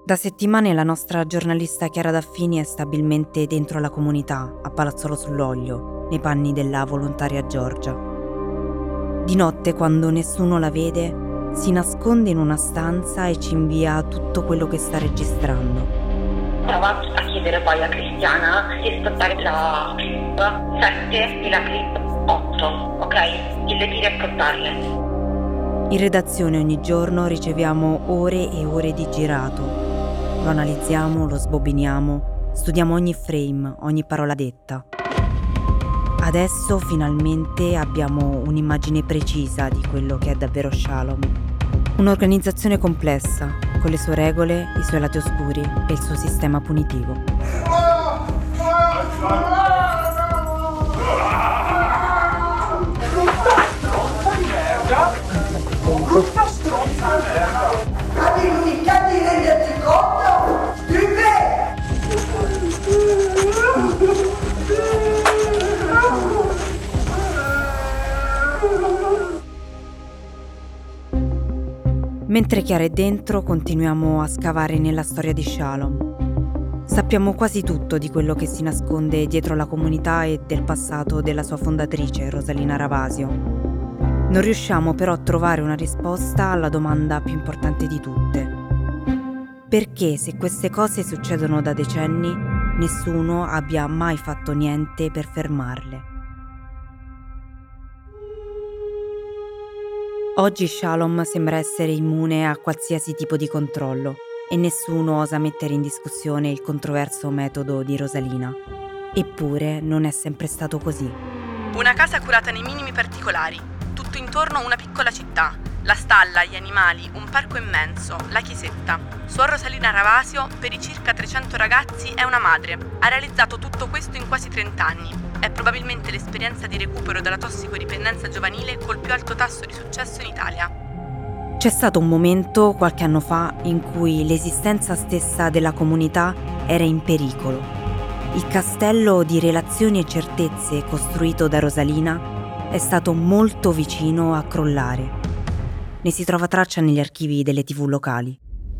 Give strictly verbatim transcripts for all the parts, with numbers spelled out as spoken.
Da settimane la nostra giornalista Chiara Daffini è stabilmente dentro la comunità, a Palazzolo sull'Oglio, nei panni della volontaria Giorgia. Di notte, quando nessuno la vede, si nasconde in una stanza e ci invia tutto quello che sta registrando. Prova a chiedere poi a Cristiana di ascoltare la clip sette e la clip otto, ok? E le di riascoltarle. In redazione ogni giorno riceviamo ore e ore di girato. Lo analizziamo, lo sbobiniamo, studiamo ogni frame, ogni parola detta. Adesso finalmente abbiamo un'immagine precisa di quello che è davvero Shalom. Un'organizzazione complessa, con le sue regole, i suoi lati oscuri e il suo sistema punitivo. Brutta stronza di merda! Avevi l'unicità di renderti conto? Mentre Chiara è dentro, continuiamo a scavare nella storia di Shalom. Sappiamo quasi tutto di quello che si nasconde dietro la comunità e del passato della sua fondatrice, Rosalina Ravasio. Non riusciamo però a trovare una risposta alla domanda più importante di tutte. Perché, se queste cose succedono da decenni, nessuno abbia mai fatto niente per fermarle? Oggi Shalom sembra essere immune a qualsiasi tipo di controllo e nessuno osa mettere in discussione il controverso metodo di Rosalina. Eppure non è sempre stato così. Una casa curata nei minimi particolari, tutto intorno una piccola città, la stalla, gli animali, un parco immenso, la chiesetta. Suor Rosalina Ravasio, per i circa trecento ragazzi, è una madre. Ha realizzato tutto questo in quasi trenta anni. È probabilmente l'esperienza di recupero dalla tossicodipendenza giovanile col più alto tasso di successo in Italia. C'è stato un momento, qualche anno fa, in cui l'esistenza stessa della comunità era in pericolo. Il castello di relazioni e certezze costruito da Rosalina è stato molto vicino a crollare. Ne si trova traccia negli archivi delle tivù locali.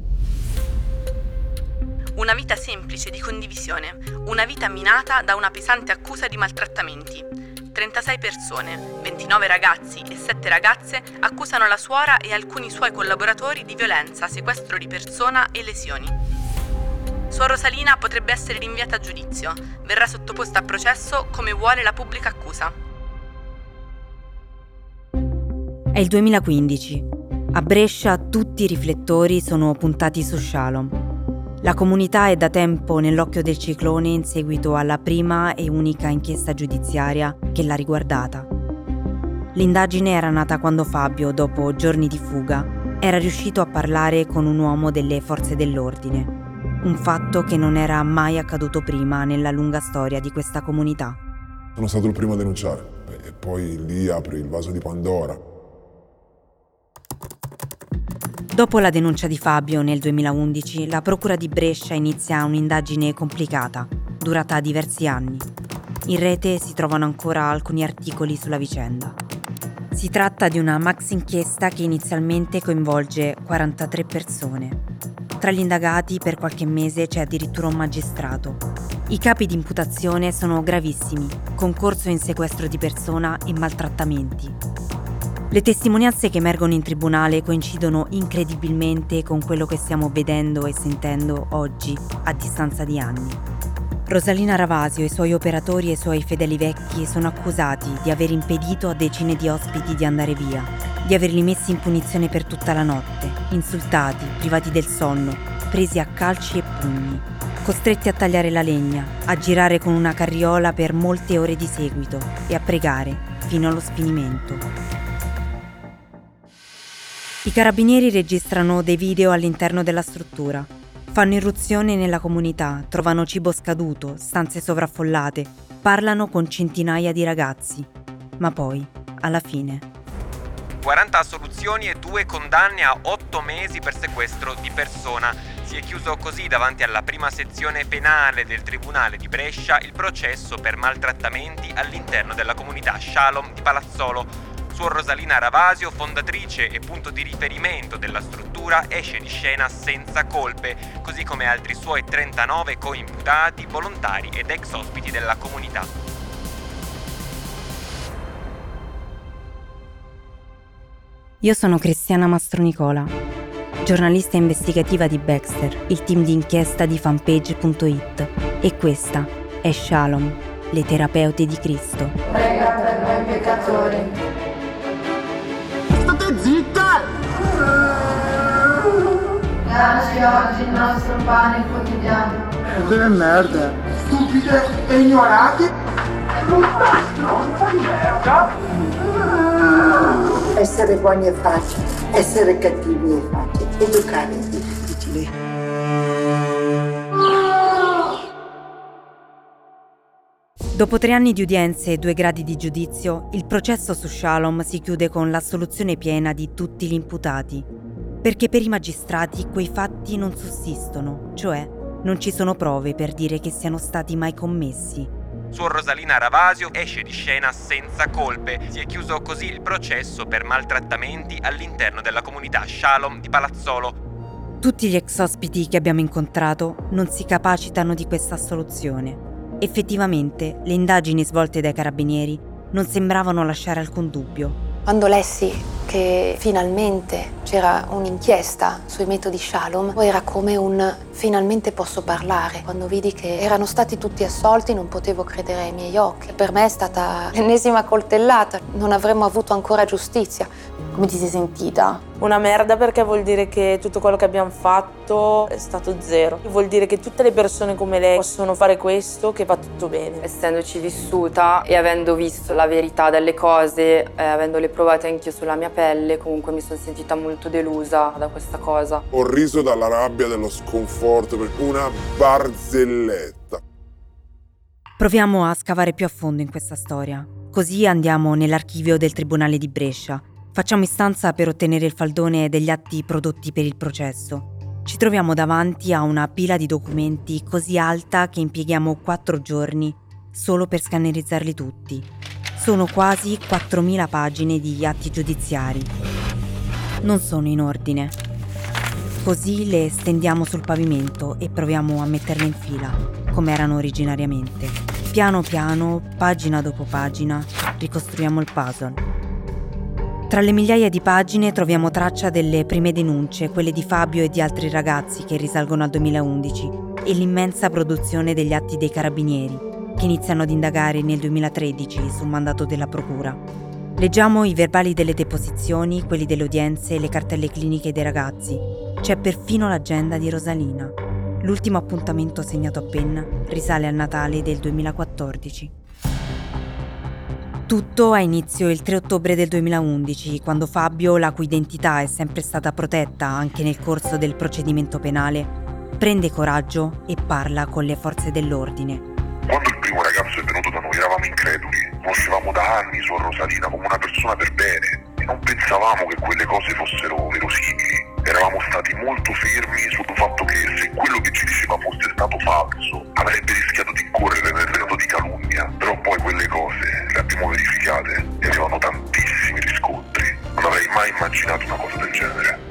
Una vita semplice di condivisione, una vita minata da una pesante accusa di maltrattamenti. trentasei persone, ventinove ragazzi e sette ragazze accusano la suora e alcuni suoi collaboratori di violenza, sequestro di persona e lesioni. Suor Rosalina potrebbe essere rinviata a giudizio, verrà sottoposta a processo come vuole la pubblica accusa. È il duemilaquindici. A Brescia tutti i riflettori sono puntati su Shalom. La comunità è da tempo nell'occhio del ciclone in seguito alla prima e unica inchiesta giudiziaria che l'ha riguardata. L'indagine era nata quando Fabio, dopo giorni di fuga, era riuscito a parlare con un uomo delle forze dell'ordine. Un fatto che non era mai accaduto prima nella lunga storia di questa comunità. Sono stato il primo a denunciare e poi lì apri il vaso di Pandora. Dopo la denuncia di Fabio nel duemilaundici, la Procura di Brescia inizia un'indagine complicata, durata diversi anni. In rete si trovano ancora alcuni articoli sulla vicenda. Si tratta di una max inchiesta che inizialmente coinvolge quarantatré persone. Tra gli indagati per qualche mese c'è addirittura un magistrato. I capi di imputazione sono gravissimi: concorso in sequestro di persona e maltrattamenti. Le testimonianze che emergono in tribunale coincidono incredibilmente con quello che stiamo vedendo e sentendo oggi, a distanza di anni. Rosalina Ravasio, i suoi operatori e i suoi fedeli vecchi sono accusati di aver impedito a decine di ospiti di andare via, di averli messi in punizione per tutta la notte, insultati, privati del sonno, presi a calci e pugni, costretti a tagliare la legna, a girare con una carriola per molte ore di seguito e a pregare fino allo sfinimento. I carabinieri registrano dei video all'interno della struttura. Fanno irruzione nella comunità, trovano cibo scaduto, stanze sovraffollate, parlano con centinaia di ragazzi. Ma poi, alla fine... quaranta assoluzioni e due condanne a otto mesi per sequestro di persona. Si è chiuso così davanti alla prima sezione penale del Tribunale di Brescia il processo per maltrattamenti all'interno della comunità Shalom di Palazzolo. Suor Rosalina Ravasio, fondatrice e punto di riferimento della struttura, esce di scena senza colpe, così come altri suoi trentanove coimputati, volontari ed ex ospiti della comunità. Io sono Cristiana Mastronicola, giornalista investigativa di Baxter, il team di inchiesta di fanpage punto it, e questa è Shalom, le terapeute di Cristo. Prega per noi peccatori. State zitta! Dacci oggi il nostro pane quotidiano. Delle merda. Stupide e ignorate. Brutta stronza di merda. Essere buoni è facile, essere cattivi è facile, educare è difficile. Dopo tre anni di udienze e due gradi di giudizio, il processo su Shalom si chiude con l'assoluzione piena di tutti gli imputati. Perché per i magistrati quei fatti non sussistono, cioè non ci sono prove per dire che siano stati mai commessi. Suor Rosalina Ravasio esce di scena senza colpe. Si è chiuso così il processo per maltrattamenti all'interno della comunità Shalom di Palazzolo. Tutti gli ex ospiti che abbiamo incontrato non si capacitano di questa assoluzione. Effettivamente, le indagini svolte dai carabinieri non sembravano lasciare alcun dubbio. Quando lessi che finalmente c'era un'inchiesta sui metodi Shalom, poi era come un finalmente posso parlare. Quando vidi che erano stati tutti assolti non potevo credere ai miei occhi. Per me è stata l'ennesima coltellata, non avremmo avuto ancora giustizia. Come ti sei sentita? Una merda, perché vuol dire che tutto quello che abbiamo fatto è stato zero. Vuol dire che tutte le persone come lei possono fare questo, che va tutto bene. Essendoci vissuta e avendo visto la verità delle cose, eh, avendole provate anch'io sulla mia pelle, comunque mi sono sentita molto delusa da questa cosa. Ho riso dalla rabbia, dello sconforto, per una barzelletta. Proviamo a scavare più a fondo in questa storia. Così andiamo nell'archivio del Tribunale di Brescia. Facciamo istanza per ottenere il faldone degli atti prodotti per il processo. Ci troviamo davanti a una pila di documenti così alta che impieghiamo quattro giorni solo per scannerizzarli tutti. Sono quasi quattromila pagine di atti giudiziari. Non sono in ordine. Così le stendiamo sul pavimento e proviamo a metterle in fila, come erano originariamente. Piano piano, pagina dopo pagina, ricostruiamo il puzzle. Tra le migliaia di pagine troviamo traccia delle prime denunce, quelle di Fabio e di altri ragazzi che risalgono al duemilaundici, e l'immensa produzione degli atti dei carabinieri, che iniziano ad indagare nel duemilatredici su mandato della procura. Leggiamo i verbali delle deposizioni, quelli delle udienze e le cartelle cliniche dei ragazzi. C'è perfino l'agenda di Rosalina. L'ultimo appuntamento segnato a penna risale al Natale del duemilaquattordici. Tutto ha inizio il tre ottobre del duemilaundici, quando Fabio, la cui identità è sempre stata protetta anche nel corso del procedimento penale, prende coraggio e parla con le forze dell'ordine. Quando il primo ragazzo è venuto da noi eravamo increduli, conoscevamo da anni Suor Rosalina come una persona per bene e non pensavamo che quelle cose fossero verosimili. Eravamo stati molto fermi sul fatto che se quello che ci diceva fosse stato falso avrebbe rischiato di incorrere nel reato di calunnia, però poi quelle cose le abbiamo verificate e avevano tantissimi riscontri. Non avrei mai immaginato una cosa del genere.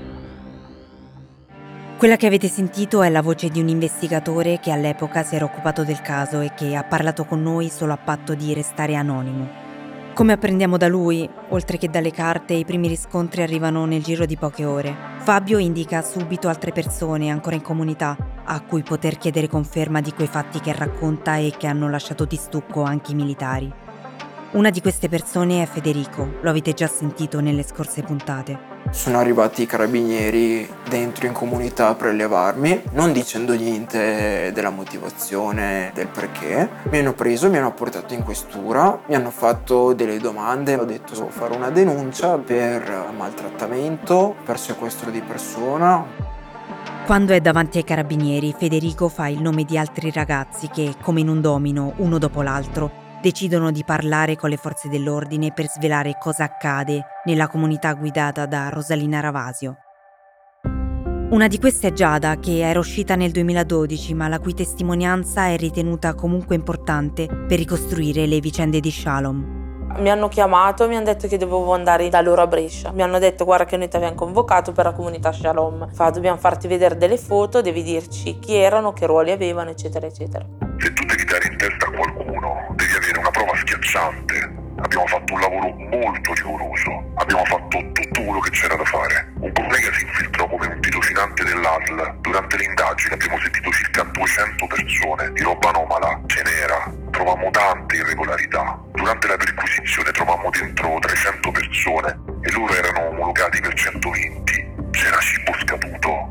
Quella che avete sentito è la voce di un investigatore che all'epoca si era occupato del caso e che ha parlato con noi solo a patto di restare anonimo. Come apprendiamo da lui, oltre che dalle carte, i primi riscontri arrivano nel giro di poche ore. Fabio indica subito altre persone ancora in comunità a cui poter chiedere conferma di quei fatti che racconta e che hanno lasciato di stucco anche i militari. Una di queste persone è Federico, lo avete già sentito nelle scorse puntate. Sono arrivati i carabinieri dentro in comunità a prelevarmi, non dicendo niente della motivazione, del perché. Mi hanno preso, mi hanno portato in questura, mi hanno fatto delle domande, ho detto devo fare una denuncia per maltrattamento, per sequestro di persona. Quando è davanti ai carabinieri, Federico fa il nome di altri ragazzi che, come in un domino, uno dopo l'altro, decidono di parlare con le forze dell'ordine per svelare cosa accade nella comunità guidata da Rosalina Ravasio. Una di queste è Giada, che era uscita nel duemiladodici, ma la cui testimonianza è ritenuta comunque importante per ricostruire le vicende di Shalom. Mi hanno chiamato e mi hanno detto che dovevo andare da loro a Brescia. Mi hanno detto guarda che noi ti abbiamo convocato per la comunità Shalom. Fa, dobbiamo farti vedere delle foto, devi dirci chi erano, che ruoli avevano, eccetera, eccetera. Se tu devi dare in testa a qualcuno, devi avere una prova schiacciante. Abbiamo fatto un lavoro molto rigoroso, abbiamo fatto tutto quello che c'era da fare. Un collega si infiltrò come un tirocinante dell'A S L. Durante le indagini abbiamo sentito circa duecento persone, di roba anomala, ce n'era. Trovammo tante irregolarità. Durante la perquisizione trovammo dentro trecento persone e loro erano omologati per centoventi. C'era cibo scaduto.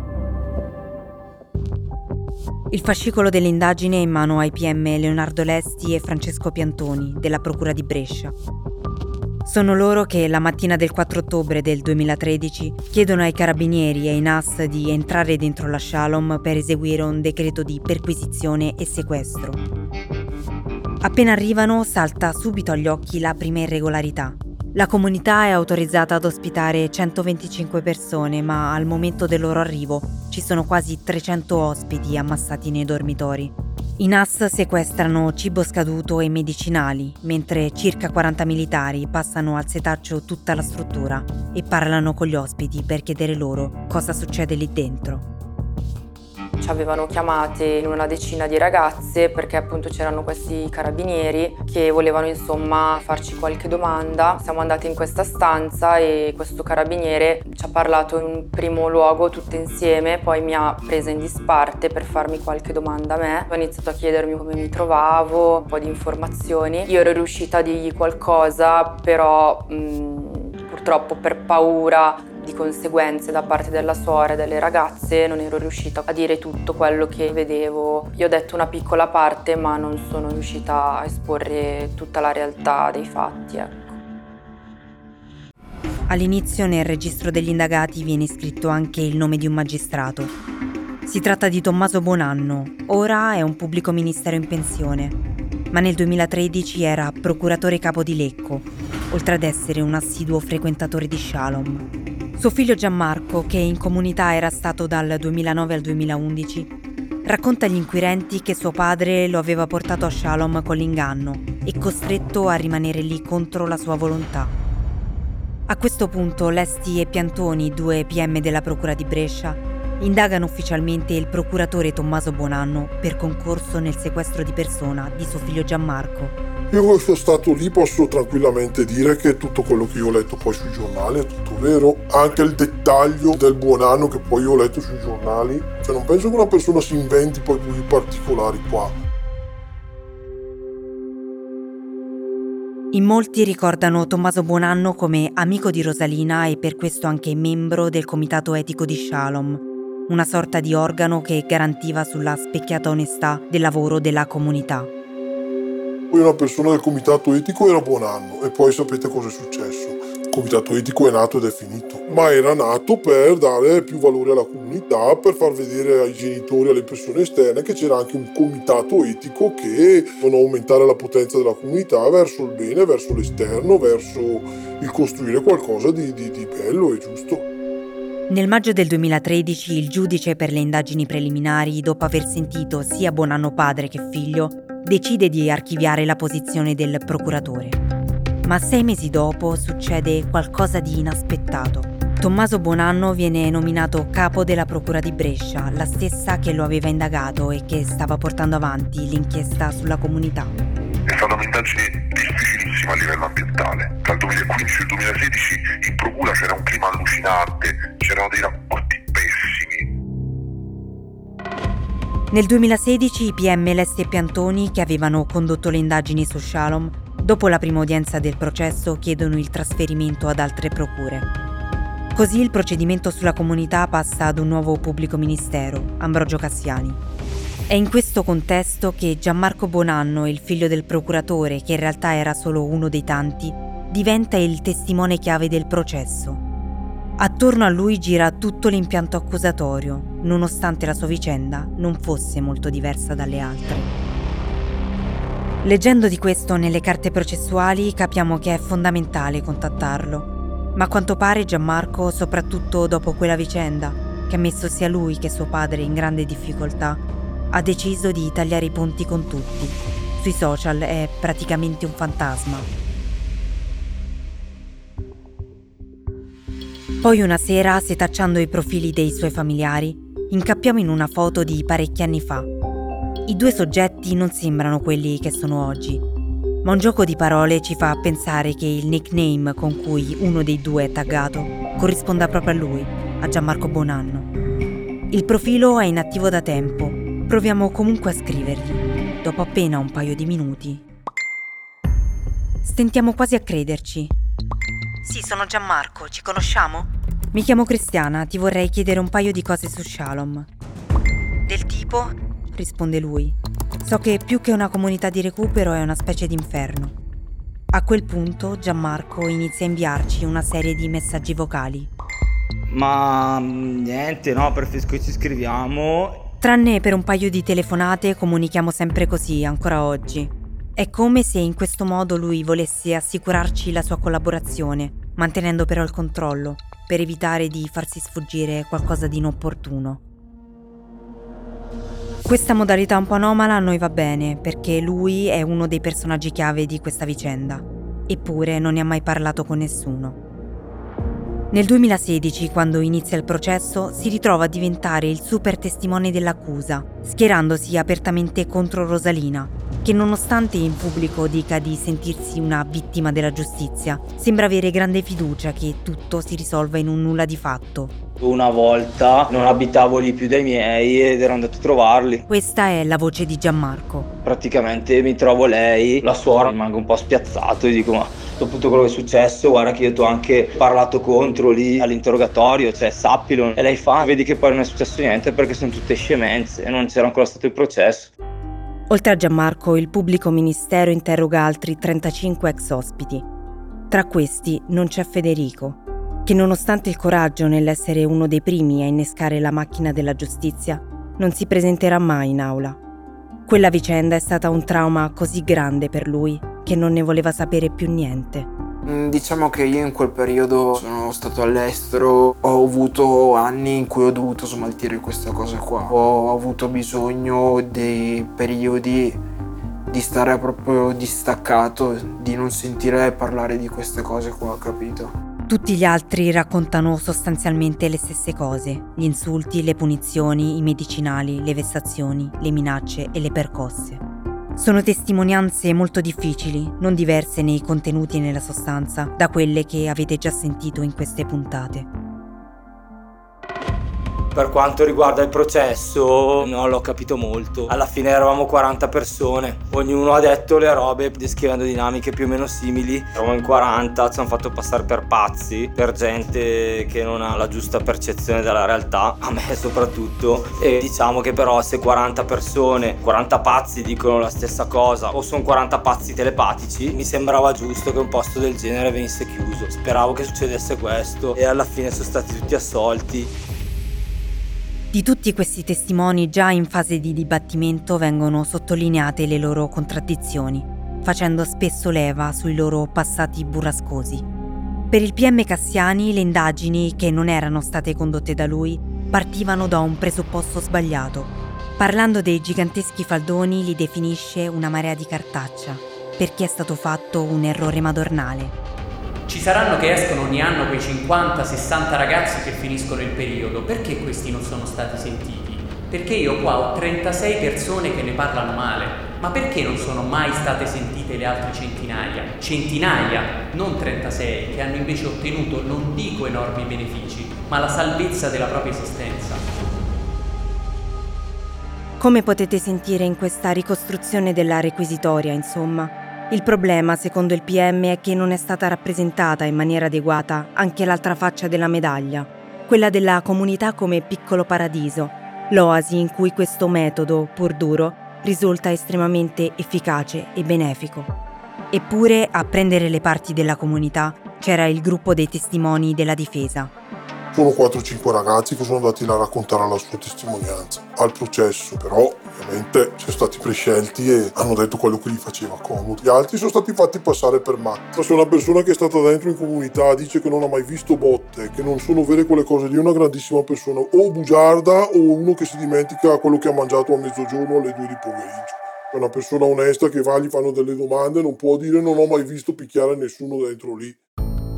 Il fascicolo dell'indagine è in mano ai P M Leonardo Lesti e Francesco Piantoni, della Procura di Brescia. Sono loro che la mattina del quattro ottobre del duemilatredici chiedono ai carabinieri e ai N A S di entrare dentro la Shalom per eseguire un decreto di perquisizione e sequestro. Appena arrivano salta subito agli occhi la prima irregolarità. La comunità è autorizzata ad ospitare centoventicinque persone, ma al momento del loro arrivo ci sono quasi trecento ospiti ammassati nei dormitori. I N A S sequestrano cibo scaduto e medicinali, mentre circa quaranta militari passano al setaccio tutta la struttura e parlano con gli ospiti per chiedere loro cosa succede lì dentro. Ci avevano chiamate in una decina di ragazze perché appunto c'erano questi carabinieri che volevano insomma farci qualche domanda. Siamo andati in questa stanza e questo carabiniere ci ha parlato in un primo luogo tutte insieme, poi mi ha presa in disparte per farmi qualche domanda a me. Ho iniziato a chiedermi come mi trovavo, un po' di informazioni. Io ero riuscita a dirgli qualcosa, però mh, purtroppo per paura di conseguenze da parte della suora e delle ragazze non ero riuscita a dire tutto quello che vedevo. Io ho detto una piccola parte, ma non sono riuscita a esporre tutta la realtà dei fatti, ecco. All'inizio nel registro degli indagati viene iscritto anche il nome di un magistrato. Si tratta di Tommaso Bonanno, ora è un pubblico ministero in pensione, ma nel duemilatredici era procuratore capo di Lecco, oltre ad essere un assiduo frequentatore di Shalom. Suo figlio Gianmarco, che in comunità era stato dal duemilanove al duemilaundici, racconta agli inquirenti che suo padre lo aveva portato a Shalom con l'inganno e costretto a rimanere lì contro la sua volontà. A questo punto Lesti e Piantoni, due P M della Procura di Brescia, indagano ufficialmente il procuratore Tommaso Bonanno per concorso nel sequestro di persona di suo figlio Gianmarco. Io che sono stato lì posso tranquillamente dire che tutto quello che io ho letto poi sui giornali è tutto vero, anche il dettaglio del Bonanno che poi io ho letto sui giornali, cioè non penso che una persona si inventi poi quei particolari qua. In molti ricordano Tommaso Bonanno come amico di Rosalina e per questo anche membro del Comitato Etico di Shalom, una sorta di organo che garantiva sulla specchiata onestà del lavoro della comunità. Poi una persona del comitato etico era Bonanno e poi sapete cosa è successo. Il comitato etico è nato ed è finito, ma era nato per dare più valore alla comunità, per far vedere ai genitori, alle persone esterne che c'era anche un comitato etico che doveva aumentare la potenza della comunità verso il bene, verso l'esterno, verso il costruire qualcosa di, di, di bello e giusto. Nel maggio del duemilatredici il giudice per le indagini preliminari, dopo aver sentito sia Bonanno padre che figlio, decide di archiviare la posizione del procuratore. Ma sei mesi dopo succede qualcosa di inaspettato. Tommaso Bonanno viene nominato capo della Procura di Brescia, la stessa che lo aveva indagato e che stava portando avanti l'inchiesta sulla comunità. È stata un'indagine difficilissima a livello ambientale. Dal duemilaquindici al duemilasedici in procura c'era un clima allucinante, c'erano dei rapporti pessimi. Nel duemilasedici i P M Lesti e Piantoni, che avevano condotto le indagini su Shalom, dopo la prima udienza del processo chiedono il trasferimento ad altre procure. Così il procedimento sulla comunità passa ad un nuovo pubblico ministero, Ambrogio Cassiani. È in questo contesto che Gianmarco Bonanno, il figlio del procuratore, che in realtà era solo uno dei tanti, diventa il testimone chiave del processo. Attorno a lui gira tutto l'impianto accusatorio, nonostante la sua vicenda non fosse molto diversa dalle altre. Leggendo di questo nelle carte processuali capiamo che è fondamentale contattarlo, ma a quanto pare Gianmarco, soprattutto dopo quella vicenda, che ha messo sia lui che suo padre in grande difficoltà, ha deciso di tagliare i ponti con tutti. Sui social è praticamente un fantasma. Poi una sera, setacciando i profili dei suoi familiari, incappiamo in una foto di parecchi anni fa. I due soggetti non sembrano quelli che sono oggi, ma un gioco di parole ci fa pensare che il nickname con cui uno dei due è taggato corrisponda proprio a lui, a Gianmarco Bonanno. Il profilo è inattivo da tempo, proviamo comunque a scrivergli. Dopo appena un paio di minuti stentiamo quasi a crederci. Sì, sono Gianmarco, ci conosciamo? Mi chiamo Cristiana, ti vorrei chiedere un paio di cose su Shalom. Del tipo? Risponde lui. So che più che una comunità di recupero è una specie di inferno. A quel punto Gianmarco inizia a inviarci una serie di messaggi vocali. Ma niente, no, preferisco che ci scriviamo. Tranne per un paio di telefonate comunichiamo sempre così, ancora oggi. È come se in questo modo lui volesse assicurarci la sua collaborazione, mantenendo però il controllo, per evitare di farsi sfuggire qualcosa di inopportuno. Questa modalità un po' anomala a noi va bene, perché lui è uno dei personaggi chiave di questa vicenda, eppure non ne ha mai parlato con nessuno. Nel duemilasedici, quando inizia il processo, si ritrova a diventare il super testimone dell'accusa, schierandosi apertamente contro Rosalina, che nonostante in pubblico dica di sentirsi una vittima della giustizia, sembra avere grande fiducia che tutto si risolva in un nulla di fatto. Una volta non abitavo lì più dai miei ed ero andato a trovarli. Questa è la voce di Gianmarco. Praticamente mi trovo lei, la suora, rimango un po' spiazzato e dico: ma dopo tutto quello che è successo, guarda che io ti ho anche parlato contro lì all'interrogatorio, cioè sappilo. E lei fa: vedi che poi non è successo niente perché sono tutte scemenze e non c'era ancora stato il processo. Oltre a Gianmarco, il pubblico ministero interroga altri trentacinque ex ospiti. Tra questi non c'è Federico, che nonostante il coraggio nell'essere uno dei primi a innescare la macchina della giustizia, non si presenterà mai in aula. Quella vicenda è stata un trauma così grande per lui che non ne voleva sapere più niente. Diciamo che io in quel periodo sono stato all'estero, ho avuto anni in cui ho dovuto smaltire questa cosa qua. Ho avuto bisogno dei periodi di stare proprio distaccato, di non sentire parlare di queste cose qua, capito? Tutti gli altri raccontano sostanzialmente le stesse cose: gli insulti, le punizioni, i medicinali, le vessazioni, le minacce e le percosse. Sono testimonianze molto difficili, non diverse nei contenuti e nella sostanza da quelle che avete già sentito in queste puntate. Per quanto riguarda il processo, non l'ho capito molto. Alla fine eravamo quaranta persone, ognuno ha detto le robe descrivendo dinamiche più o meno simili. Eravamo in quaranta, ci hanno fatto passare per pazzi, per gente che non ha la giusta percezione della realtà, a me soprattutto. E diciamo che però se quaranta persone, quaranta pazzi dicono la stessa cosa o sono quaranta pazzi telepatici, mi sembrava giusto che un posto del genere venisse chiuso. Speravo che succedesse questo e alla fine sono stati tutti assolti. Di tutti questi testimoni già in fase di dibattimento vengono sottolineate le loro contraddizioni, facendo spesso leva sui loro passati burrascosi. Per il P M Cassiani le indagini, che non erano state condotte da lui, partivano da un presupposto sbagliato. Parlando dei giganteschi faldoni li definisce una marea di cartaccia, perché è stato fatto un errore madornale. Ci saranno che escono ogni anno quei cinquanta sessanta ragazzi che finiscono il periodo. Perché questi non sono stati sentiti? Perché io qua ho trentasei persone che ne parlano male. Ma perché non sono mai state sentite le altre centinaia? Centinaia, non trentasei, che hanno invece ottenuto, non dico enormi benefici, ma la salvezza della propria esistenza. Come potete sentire in questa ricostruzione della requisitoria, insomma, il problema, secondo il P M, è che non è stata rappresentata in maniera adeguata anche l'altra faccia della medaglia, quella della comunità come piccolo paradiso, l'oasi in cui questo metodo, pur duro, risulta estremamente efficace e benefico. Eppure, a prendere le parti della comunità c'era il gruppo dei testimoni della difesa. Sono quattro o cinque ragazzi che sono andati là a raccontare la sua testimonianza. Al processo, però, ovviamente, sono stati prescelti e hanno detto quello che gli faceva comodo. Gli altri sono stati fatti passare per matti. Se una persona che è stata dentro in comunità dice che non ha mai visto botte, che non sono vere quelle cose lì, è una grandissima persona. O bugiarda o uno che si dimentica quello che ha mangiato a mezzogiorno alle due di pomeriggio. È una persona onesta che va, gli fanno delle domande, non può dire non ho mai visto picchiare nessuno dentro lì.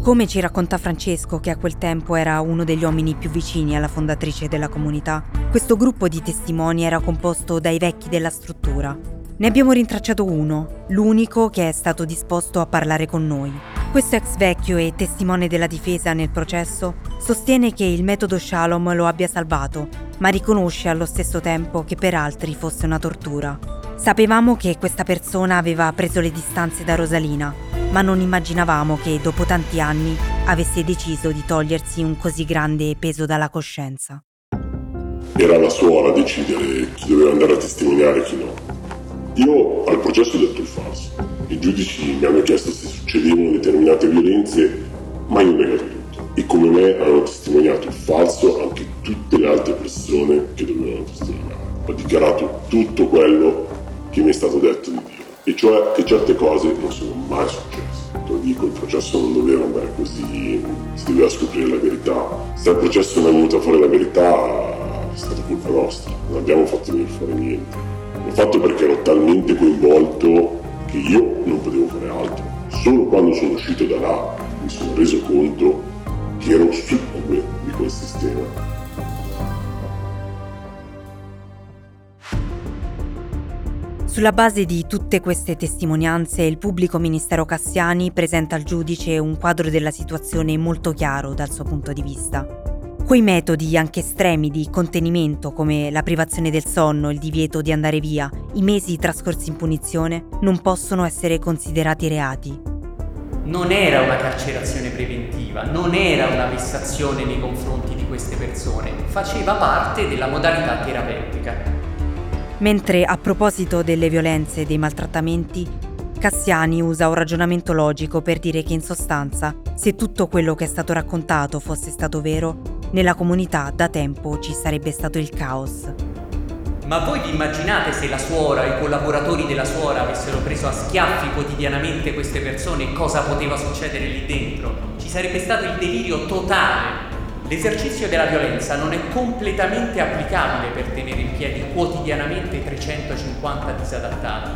Come ci racconta Francesco, che a quel tempo era uno degli uomini più vicini alla fondatrice della comunità, questo gruppo di testimoni era composto dai vecchi della struttura. Ne abbiamo rintracciato uno, l'unico che è stato disposto a parlare con noi. Questo ex vecchio e testimone della difesa nel processo sostiene che il metodo Shalom lo abbia salvato, ma riconosce allo stesso tempo che per altri fosse una tortura. Sapevamo che questa persona aveva preso le distanze da Rosalina, ma non immaginavamo che dopo tanti anni avesse deciso di togliersi un così grande peso dalla coscienza. Era la suora a decidere chi doveva andare a testimoniare e chi no. Io al processo ho detto il falso. I giudici mi hanno chiesto se succedevano determinate violenze, ma io ho negato tutto. E come me hanno testimoniato il falso anche tutte le altre persone che dovevano testimoniare. Ho dichiarato tutto quello che mi è stato detto di dire, e cioè che certe cose non sono mai successe. Lo dico, il processo non doveva andare così, si doveva scoprire la verità. Se al processo non è venuta fuori la verità, è stata colpa nostra, non abbiamo fatto venire fuori niente. L'ho fatto perché ero talmente coinvolto che io non potevo fare altro. Solo quando sono uscito da là mi sono reso conto che ero succube di quel sistema. Sulla base di tutte queste testimonianze, il pubblico ministero Cassiani presenta al giudice un quadro della situazione molto chiaro dal suo punto di vista. Quei metodi anche estremi di contenimento, come la privazione del sonno, il divieto di andare via, i mesi trascorsi in punizione, non possono essere considerati reati. Non era una carcerazione preventiva, non era una vessazione nei confronti di queste persone, faceva parte della modalità terapeutica. Mentre a proposito delle violenze e dei maltrattamenti, Cassiani usa un ragionamento logico per dire che in sostanza, se tutto quello che è stato raccontato fosse stato vero, nella comunità da tempo ci sarebbe stato il caos. Ma voi vi immaginate se la suora e i collaboratori della suora avessero preso a schiaffi quotidianamente queste persone, cosa poteva succedere lì dentro? Ci sarebbe stato il delirio totale. L'esercizio della violenza non è completamente applicabile per tenere in piedi quotidianamente trecentocinquanta disadattati.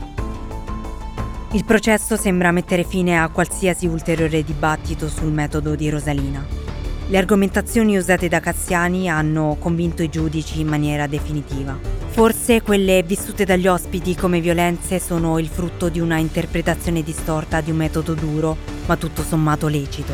Il processo sembra mettere fine a qualsiasi ulteriore dibattito sul metodo di Rosalina. Le argomentazioni usate da Cassiani hanno convinto i giudici in maniera definitiva. Forse quelle vissute dagli ospiti come violenze sono il frutto di una interpretazione distorta di un metodo duro, ma tutto sommato lecito.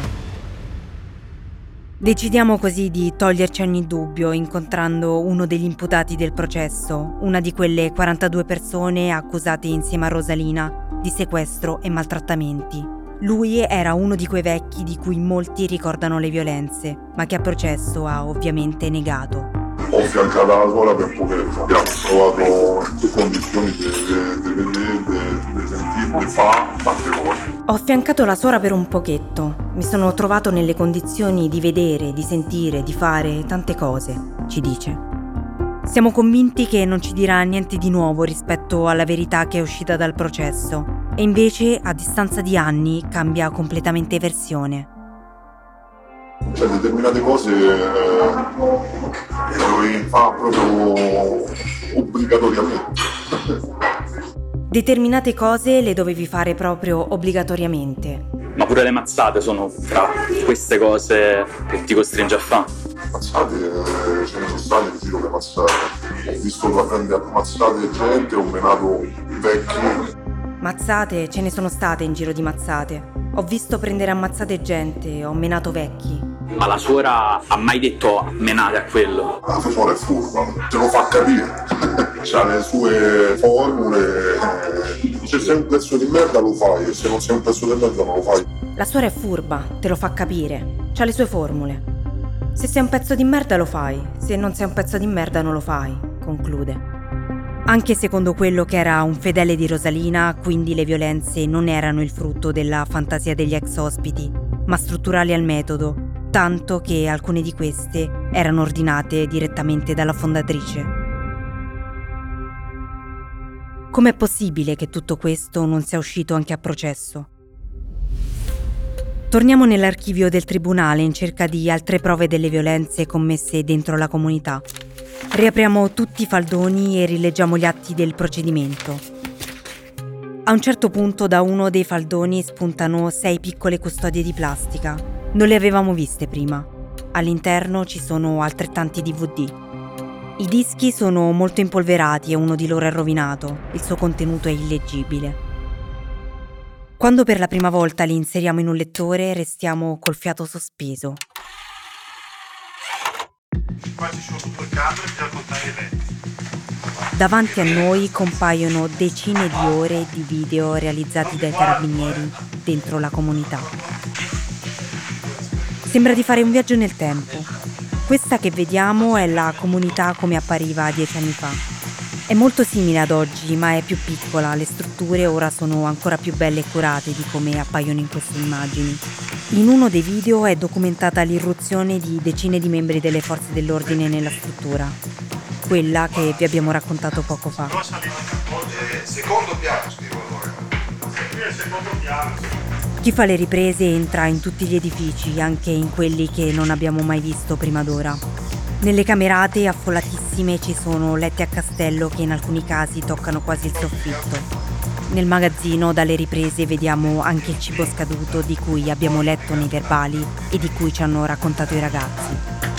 Decidiamo così di toglierci ogni dubbio incontrando uno degli imputati del processo, una di quelle quarantadue persone accusate insieme a Rosalina di sequestro e maltrattamenti. Lui era uno di quei vecchi di cui molti ricordano le violenze, ma che a processo ha ovviamente negato. Ho affiancato la suora per pochetto, abbiamo trovato le condizioni di vedere, di sentire, di fare tante cose. Ho affiancato la suora per un pochetto, mi sono trovato nelle condizioni di vedere, di sentire, di fare tante cose, ci dice. Siamo convinti che non ci dirà niente di nuovo rispetto alla verità che è uscita dal processo. E invece, a distanza di anni, cambia completamente versione. Cioè, determinate cose eh, le dovevi fare proprio obbligatoriamente. Determinate cose le dovevi fare proprio obbligatoriamente. Ma pure le mazzate sono fra queste cose che ti costringe a fare. Mazzate, eh, ce ne sono state in giro le mazzate. Ho visto la prendere ammazzate gente, ho menato vecchi. Mazzate, ce ne sono state in giro di mazzate. Ho visto prendere ammazzate gente, ho menato vecchi. Ma la suora ha mai detto menate a quello? La suora è furba, te lo fa capire. C'ha le sue formule. Se sei un pezzo di merda lo fai, e se non sei un pezzo di merda non lo fai. La suora è furba, te lo fa capire. C'ha le sue formule. Se sei un pezzo di merda lo fai, se non sei un pezzo di merda non lo fai, conclude. Anche secondo quello che era un fedele di Rosalina, quindi le violenze non erano il frutto della fantasia degli ex ospiti, ma strutturali al metodo, tanto che alcune di queste erano ordinate direttamente dalla fondatrice. Com'è possibile che tutto questo non sia uscito anche a processo? Torniamo nell'archivio del tribunale in cerca di altre prove delle violenze commesse dentro la comunità. Riapriamo tutti i faldoni e rileggiamo gli atti del procedimento. A un certo punto da uno dei faldoni spuntano sei piccole custodie di plastica. Non le avevamo viste prima. All'interno ci sono altrettanti D V D. I dischi sono molto impolverati e uno di loro è rovinato. Il suo contenuto è illeggibile. Quando per la prima volta li inseriamo in un lettore, restiamo col fiato sospeso. Qua ci sono due camere, bisogna contare i letti. Davanti a noi compaiono decine di ore di video realizzati dai carabinieri dentro la comunità. Sembra di fare un viaggio nel tempo. Questa che vediamo è la comunità come appariva dieci anni fa. È molto simile ad oggi, ma è più piccola. Le strutture ora sono ancora più belle e curate di come appaiono in queste immagini. In uno dei video è documentata l'irruzione di decine di membri delle forze dell'ordine nella struttura, quella che vi abbiamo raccontato poco fa. Secondo piano, scrivo allora. Qui è il secondo piano. Chi fa le riprese entra in tutti gli edifici, anche in quelli che non abbiamo mai visto prima d'ora. Nelle camerate affollatissime ci sono letti a castello che in alcuni casi toccano quasi il soffitto. Nel magazzino dalle riprese vediamo anche il cibo scaduto di cui abbiamo letto nei verbali e di cui ci hanno raccontato i ragazzi.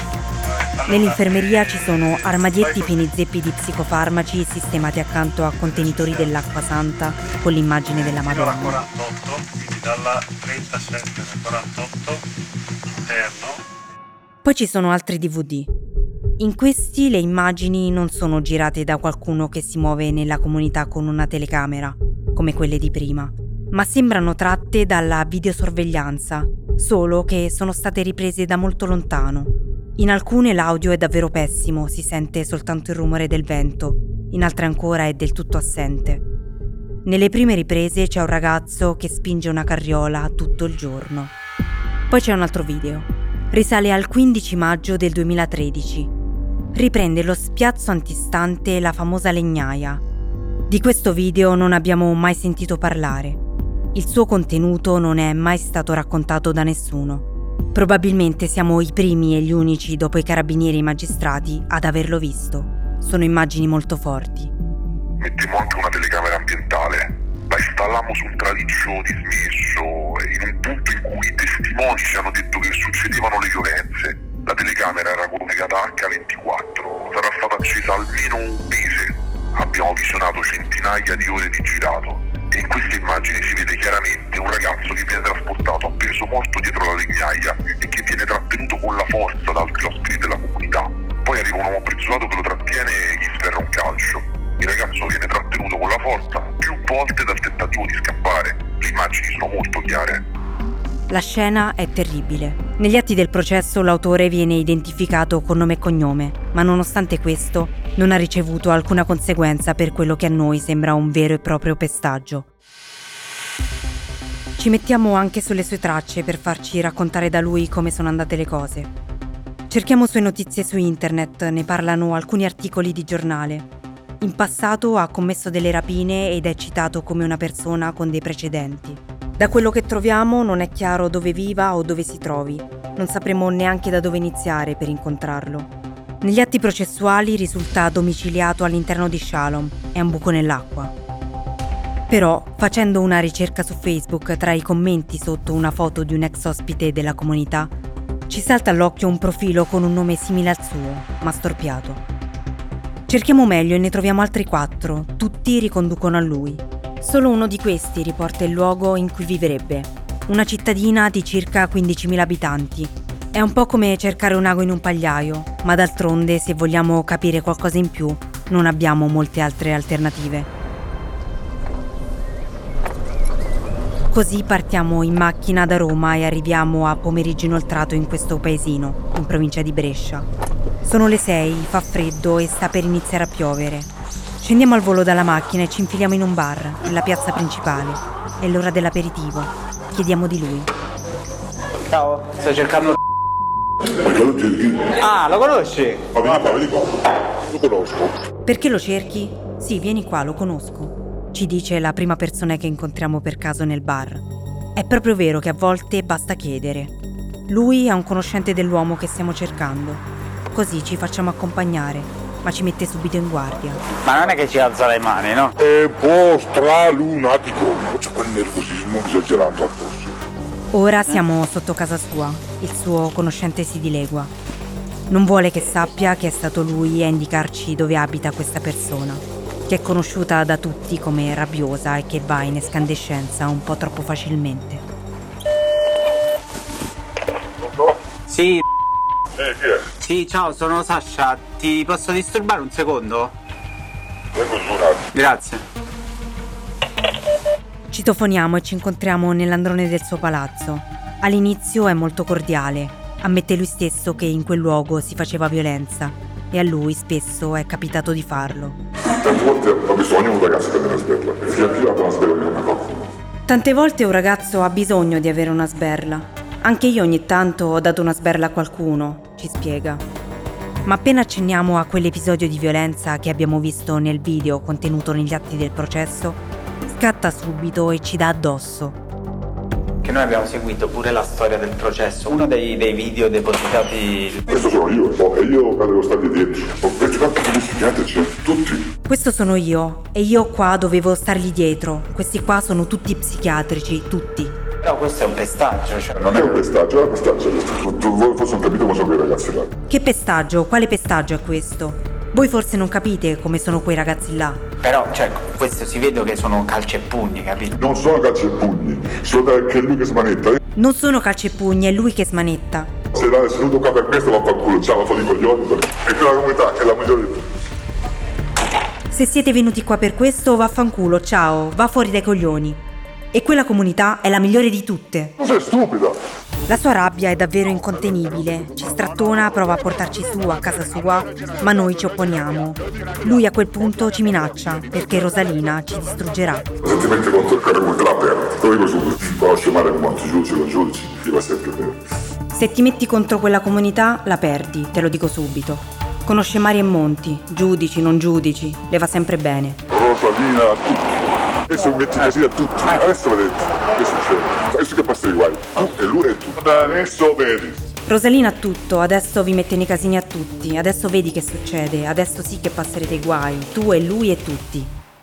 Nell'infermeria ci sono armadietti pieni zeppi di psicofarmaci sistemati accanto a contenitori dell'acqua santa con l'immagine della Madonna. Dalla quarantotto, quindi dalla trentasette al quarantotto interno. Poi ci sono altri D V D. In questi le immagini non sono girate da qualcuno che si muove nella comunità con una telecamera, come quelle di prima, ma sembrano tratte dalla videosorveglianza, solo che sono state riprese da molto lontano. In alcune l'audio è davvero pessimo, si sente soltanto il rumore del vento, in altre ancora è del tutto assente. Nelle prime riprese c'è un ragazzo che spinge una carriola tutto il giorno. Poi c'è un altro video. Risale al quindici maggio del duemilatredici. Riprende lo spiazzo antistante la famosa legnaia. Di questo video non abbiamo mai sentito parlare. Il suo contenuto non è mai stato raccontato da nessuno. Probabilmente siamo i primi e gli unici dopo i carabinieri e i magistrati ad averlo visto. Sono immagini molto forti. Mettemmo anche una telecamera ambientale. La installammo su un traliccio dismesso in un punto in cui i testimoni ci hanno detto che succedevano le violenze. La telecamera era collegata acca ventiquattro, sarà stata accesa almeno un mese. Abbiamo visionato centinaia di ore di girato e in queste immagini si vede chiaramente un ragazzo che viene trasportato appeso morto dietro la legnaia e che viene trattenuto con la forza da altri ospiti della comunità. Poi arriva un uomo prezzolato che lo trattiene e gli sferra un calcio. Il ragazzo viene trattenuto con la forza più volte dal tentativo di scappare. Le immagini sono molto chiare. La scena è terribile. Negli atti del processo l'autore viene identificato con nome e cognome, ma nonostante questo non ha ricevuto alcuna conseguenza per quello che a noi sembra un vero e proprio pestaggio. Ci mettiamo anche sulle sue tracce per farci raccontare da lui come sono andate le cose. Cerchiamo sue notizie su internet, ne parlano alcuni articoli di giornale. In passato ha commesso delle rapine ed è citato come una persona con dei precedenti. Da quello che troviamo non è chiaro dove viva o dove si trovi. Non sapremo neanche da dove iniziare per incontrarlo. Negli atti processuali risulta domiciliato all'interno di Shalom, è un buco nell'acqua. Però, facendo una ricerca su Facebook tra i commenti sotto una foto di un ex ospite della comunità, ci salta all'occhio un profilo con un nome simile al suo, ma storpiato. Cerchiamo meglio e ne troviamo altri quattro, tutti riconducono a lui. Solo uno di questi riporta il luogo in cui vivrebbe, una cittadina di circa quindicimila abitanti. È un po' come cercare un ago in un pagliaio, ma d'altronde se vogliamo capire qualcosa in più non abbiamo molte altre alternative. Così partiamo in macchina da Roma e arriviamo a pomeriggio inoltrato in questo paesino, in provincia di Brescia. Sono le sei, fa freddo e sta per iniziare a piovere. Scendiamo al volo dalla macchina e ci infiliamo in un bar, nella piazza principale. È l'ora dell'aperitivo. Chiediamo di lui. Ciao, sto cercando... Perché lo cerchi? Ah, lo conosci? Ma vieni qua, vieni qua. Lo conosco. Perché lo cerchi? Sì, vieni qua, lo conosco. Ci dice la prima persona che incontriamo per caso nel bar. È proprio vero che a volte basta chiedere. Lui è un conoscente dell'uomo che stiamo cercando. Così ci facciamo accompagnare. ma ci mette subito in guardia. Ma non è che ci alza le mani, no? È un po' stralunatico, c'è quel nervosismo esagerato addosso. Ora siamo sotto casa sua, il suo conoscente si dilegua. Non vuole che sappia che è stato lui a indicarci dove abita questa persona, che è conosciuta da tutti come rabbiosa e che va in escandescenza un po' troppo facilmente. Sì. Eh, chi è? Sì, ciao, sono Sasha. Ti posso disturbare un secondo? Vengo su un attimo. Grazie. Citofoniamo e ci incontriamo nell'androne del suo palazzo. All'inizio è molto cordiale. Ammette lui stesso che in quel luogo si faceva violenza e a lui spesso è capitato di farlo. Tante volte ho bisogno di un ragazzo per una sberla e si è attivato una sberla di una qualcuno. Tante volte un ragazzo ha bisogno di avere una sberla. Anche io ogni tanto ho dato una sberla a qualcuno, ci spiega. Ma appena accenniamo a quell'episodio di violenza che abbiamo visto nel video contenuto negli atti del processo, scatta subito e ci dà addosso. Che noi abbiamo seguito pure la storia del processo, uno dei, dei video depositati. Questo sono io, oh, e io devo stare dietro. Ho visto quanti psichiatri c'è, tutti. Questo sono io, e io qua dovevo stargli dietro. Questi qua sono tutti psichiatrici, tutti. No, questo è un pestaggio, cioè. Non è un pestaggio, è un pestaggio. Voi forse non capite come sono quei ragazzi là. Che pestaggio? Quale pestaggio è questo? Voi forse non capite come sono quei ragazzi là. Però, cioè, questo si vede che sono calci e pugni, capito? Non sono calci e pugni, sono che è lui che smanetta. Non sono calci e pugni, è lui che smanetta. Se l'ha seduto qua per questo va a far culo, ciao, va a fare i coglioni. E quella comunità è la migliore di tutti. Se siete venuti qua per questo, vaffanculo, ciao, va fuori dai coglioni. E quella comunità è la migliore di tutte. Tu sei stupida. La sua rabbia è davvero incontenibile. Ci strattona, prova a portarci su a casa sua, ma noi ci opponiamo. Lui a quel punto ci minaccia, perché Rosalina ci distruggerà. Se ti metti contro il carro te la perdi. Te lo dico subito. Conosce male come quanti giudici con giudici, ti va sempre bene. Se ti metti contro quella comunità, la perdi, te lo dico subito. Conosce mari e monti, giudici, non giudici, le va sempre bene. Rosalina a tutti. Adesso mi metti così a tutti. Adesso vedete che succede. Adesso che passa di guai. Tu e lui e tu. Adesso vedi. Rosalina a tutto, adesso vi mette nei casini a tutti. Adesso vedi che succede. Adesso sì che passerete i guai. Tu e lui e tutti.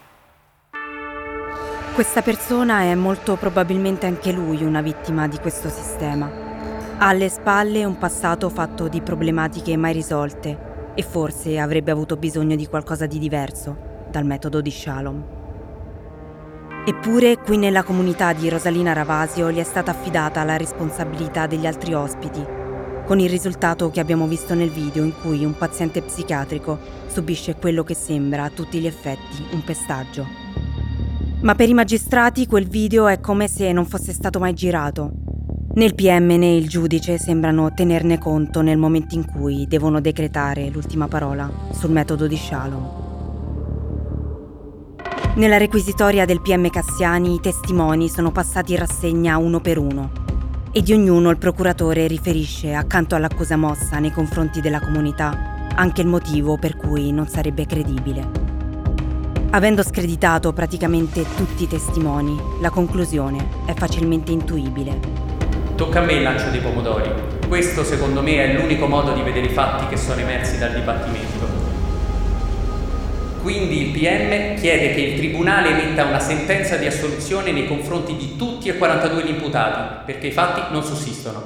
Questa persona è molto probabilmente anche lui una vittima di questo sistema. Ha alle spalle un passato fatto di problematiche mai risolte e forse avrebbe avuto bisogno di qualcosa di diverso dal metodo di Shalom. Eppure qui nella comunità di Rosalina Ravasio gli è stata affidata la responsabilità degli altri ospiti, con il risultato che abbiamo visto nel video in cui un paziente psichiatrico subisce quello che sembra a tutti gli effetti un pestaggio. Ma per i magistrati quel video è come se non fosse stato mai girato. Né il P M né il giudice sembrano tenerne conto nel momento in cui devono decretare l'ultima parola sul metodo di Shalom. Nella requisitoria del P M Cassiani i testimoni sono passati in rassegna uno per uno e di ognuno il procuratore riferisce, accanto all'accusa mossa nei confronti della comunità, anche il motivo per cui non sarebbe credibile. Avendo screditato praticamente tutti i testimoni, la conclusione è facilmente intuibile. Tocca a me il lancio dei pomodori. Questo secondo me è l'unico modo di vedere i fatti che sono emersi dal dibattimento. Quindi il P M chiede che il Tribunale emetta una sentenza di assoluzione nei confronti di tutti e quarantadue gli imputati, perché i fatti non sussistono.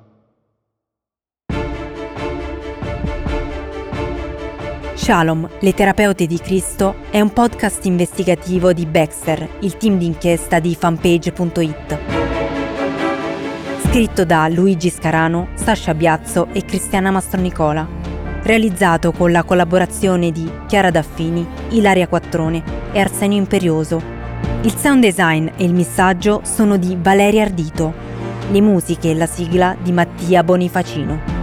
Shalom, le terapeute di Cristo è un podcast investigativo di Baxter, il team d'inchiesta di fanpage punto it. Scritto da Luigi Scarano, Sasha Biazzo e Cristiana Mastronicola. Realizzato con la collaborazione di Chiara Daffini, Ilaria Quattrone e Arsenio Imperioso. Il sound design e il missaggio sono di Valeria Ardito. Le musiche e la sigla di Mattia Bonifacino.